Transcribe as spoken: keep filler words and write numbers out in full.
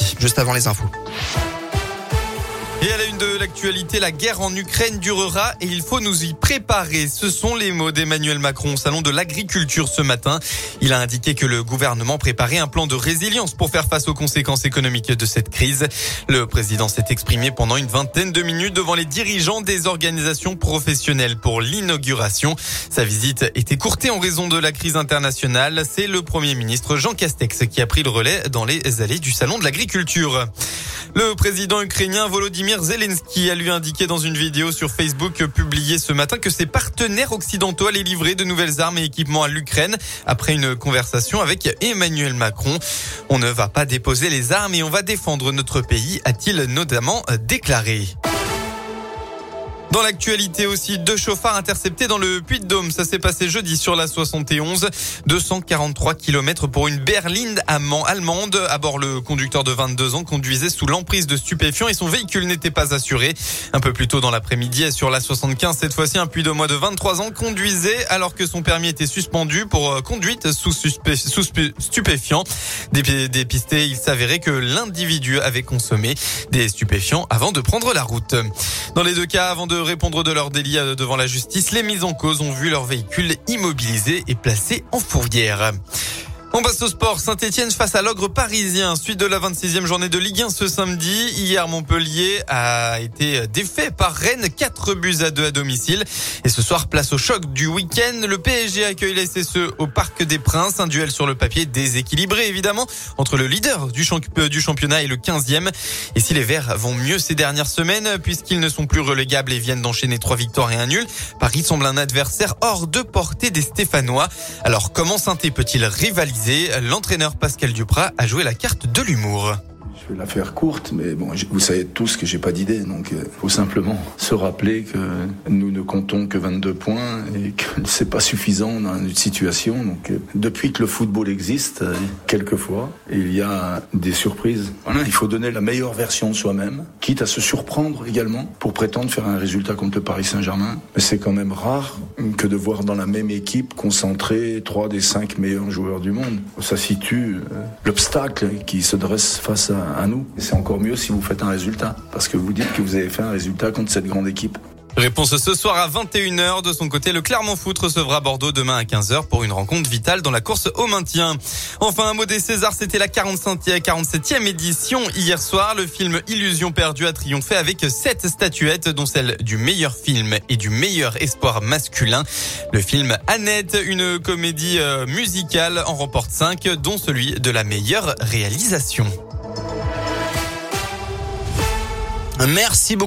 midi, juste avant les infos. Et à la une de l'actualité, la guerre en Ukraine durera et il faut nous y préparer. Ce sont les mots d'Emmanuel Macron au salon de l'agriculture ce matin. Il a indiqué que le gouvernement préparait un plan de résilience pour faire face aux conséquences économiques de cette crise. Le président s'est exprimé pendant une vingtaine de minutes devant les dirigeants des organisations professionnelles pour l'inauguration. Sa visite est écourtée en raison de la crise internationale. C'est le Premier ministre Jean Castex qui a pris le relais dans les allées du salon de l'agriculture. Le président ukrainien Volodymyr Zelensky a lui indiqué dans une vidéo sur Facebook publiée ce matin que ses partenaires occidentaux allaient livrer de nouvelles armes et équipements à l'Ukraine après une conversation avec Emmanuel Macron. On ne va pas déposer les armes et on va défendre notre pays, a-t-il notamment déclaré. Dans l'actualité aussi, deux chauffards interceptés dans le Puy-de-Dôme. Ça s'est passé jeudi sur la soixante et onze. deux cent quarante-trois kilomètres pour une berline allemande. À bord, le conducteur de vingt-deux ans conduisait sous l'emprise de stupéfiants et son véhicule n'était pas assuré. Un peu plus tôt dans l'après-midi, sur la soixante-quinze, cette fois-ci, un Puy-de-Dômois de vingt-trois ans conduisait alors que son permis était suspendu pour conduite sous, suspé, sous stupéfiants. Dépisté, il s'avérait que l'individu avait consommé des stupéfiants avant de prendre la route. Dans les deux cas, avant de répondre de leur délit devant la justice, les mis en cause ont vu leur véhicule immobilisé et placé en fourrière. On passe au sport. Saint-Etienne face à l'Ogre parisien. Suite de la vingt-sixième journée de Ligue un ce samedi. Hier, Montpellier a été défait par Rennes. quatre buts à deux à domicile. Et ce soir, place au choc du week-end. Le P S G accueille la S S E au Parc des Princes. Un duel sur le papier déséquilibré, évidemment, entre le leader du championnat et le quinzième. Et si les Verts vont mieux ces dernières semaines, puisqu'ils ne sont plus relégables et viennent d'enchaîner trois victoires et un nul, Paris semble un adversaire hors de portée des Stéphanois. Alors, comment Saint-Étienne peut-il rivaliser? L'entraîneur Pascal Duprat a joué la carte de l'humour. Je vais la faire courte, mais bon, vous savez tous que j'ai pas d'idée, donc il euh, faut simplement se rappeler que nous ne comptons que vingt-deux points et que c'est pas suffisant dans une situation. Donc euh, depuis que le football existe, euh, quelquefois, il y a des surprises. Voilà, il faut donner la meilleure version de soi-même, quitte à se surprendre également pour prétendre faire un résultat contre le Paris Saint-Germain. Mais c'est quand même rare que de voir dans la même équipe concentrer trois des cinq meilleurs joueurs du monde. Ça situe euh, l'obstacle qui se dresse face à à nous. Et c'est encore mieux si vous faites un résultat, parce que vous dites que vous avez fait un résultat contre cette grande équipe. Réponse ce soir à vingt et une heures. De son côté, le Clermont Foot recevra Bordeaux demain à quinze heures pour une rencontre vitale dans la course au maintien. Enfin, un mot des Césars, c'était la quarante-septième édition hier soir. Le film Illusion perdue a triomphé avec sept statuettes, dont celle du meilleur film et du meilleur espoir masculin. Le film Annette, une comédie musicale, en remporte cinq, dont celui de la meilleure réalisation. Merci beaucoup.